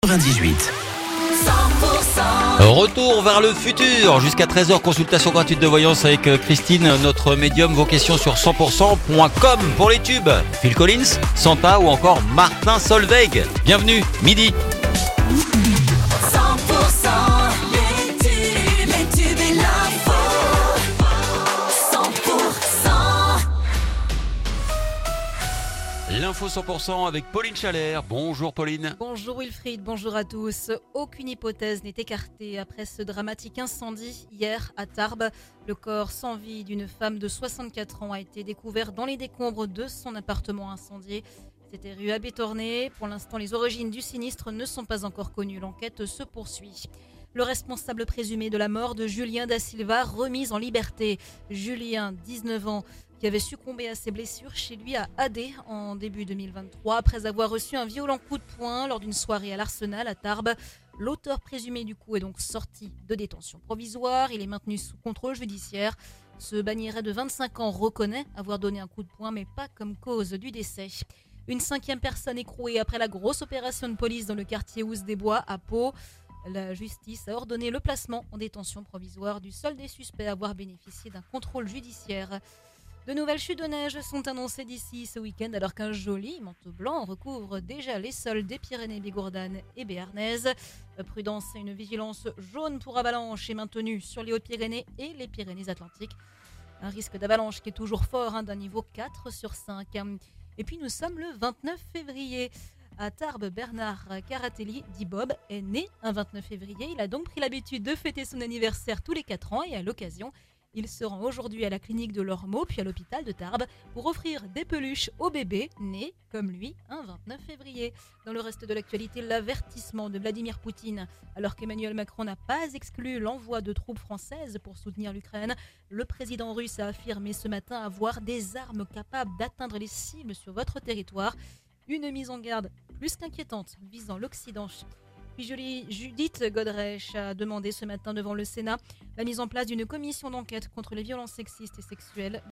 98. Retour vers le futur, jusqu'à 13h, consultation gratuite de voyance avec Christine, notre médium. Vos questions sur 100%.com pour les tubes. Phil Collins, Santa ou encore Martin Solveig. Bienvenue, midi. 100% les tubes et l'info. 100%. L'info 100% avec Pauline Chalère. Bonjour Pauline. Bonjour Wilfried, bonjour à tous. Aucune hypothèse n'est écartée après ce dramatique incendie hier à Tarbes. Le corps sans vie d'une femme de 64 ans a été découvert dans les décombres de son appartement incendié. C'était rue Abbé Tournay. Pour l'instant, les origines du sinistre ne sont pas encore connues. L'enquête se poursuit. Le responsable présumé de la mort de Julien Da Silva remis en liberté. Julien, 19 ans, qui avait succombé à ses blessures chez lui à Adé en début 2023 après avoir reçu un violent coup de poing lors d'une soirée à l'Arsenal à Tarbes. L'auteur présumé du coup est donc sorti de détention provisoire. Il est maintenu sous contrôle judiciaire. Ce bannieret de 25 ans reconnaît avoir donné un coup de poing mais pas comme cause du décès. Une 5e personne écrouée après la grosse opération de police dans le quartier Housse-des-Bois à Pau. La justice a ordonné le placement en détention provisoire du seul des suspects à avoir bénéficié d'un contrôle judiciaire. De nouvelles chutes de neige sont annoncées d'ici ce week-end alors qu'un joli manteau blanc recouvre déjà les sols des Pyrénées bigourdanes et béarnaises. Prudence et une vigilance jaune pour avalanche est maintenue sur les Hautes-Pyrénées et les Pyrénées-Atlantiques. Un risque d'avalanche qui est toujours fort, d'un niveau 4 sur 5. Et puis nous sommes le 29 février. À Tarbes, Bernard Caratelli, dit Bob, est né un 29 février. Il a donc pris l'habitude de fêter son anniversaire tous les 4 ans et à l'occasion, il se rend aujourd'hui à la clinique de l'Ormeau puis à l'hôpital de Tarbes pour offrir des peluches aux bébés nés, comme lui, un 29 février. Dans le reste de l'actualité, l'avertissement de Vladimir Poutine. Alors qu'Emmanuel Macron n'a pas exclu l'envoi de troupes françaises pour soutenir l'Ukraine, le président russe a affirmé ce matin avoir des armes capables d'atteindre les cibles sur votre territoire. Une mise en garde plus qu'inquiétante visant l'Occident. Puis Judith Godrèche a demandé ce matin devant le Sénat la mise en place d'une commission d'enquête contre les violences sexistes et sexuelles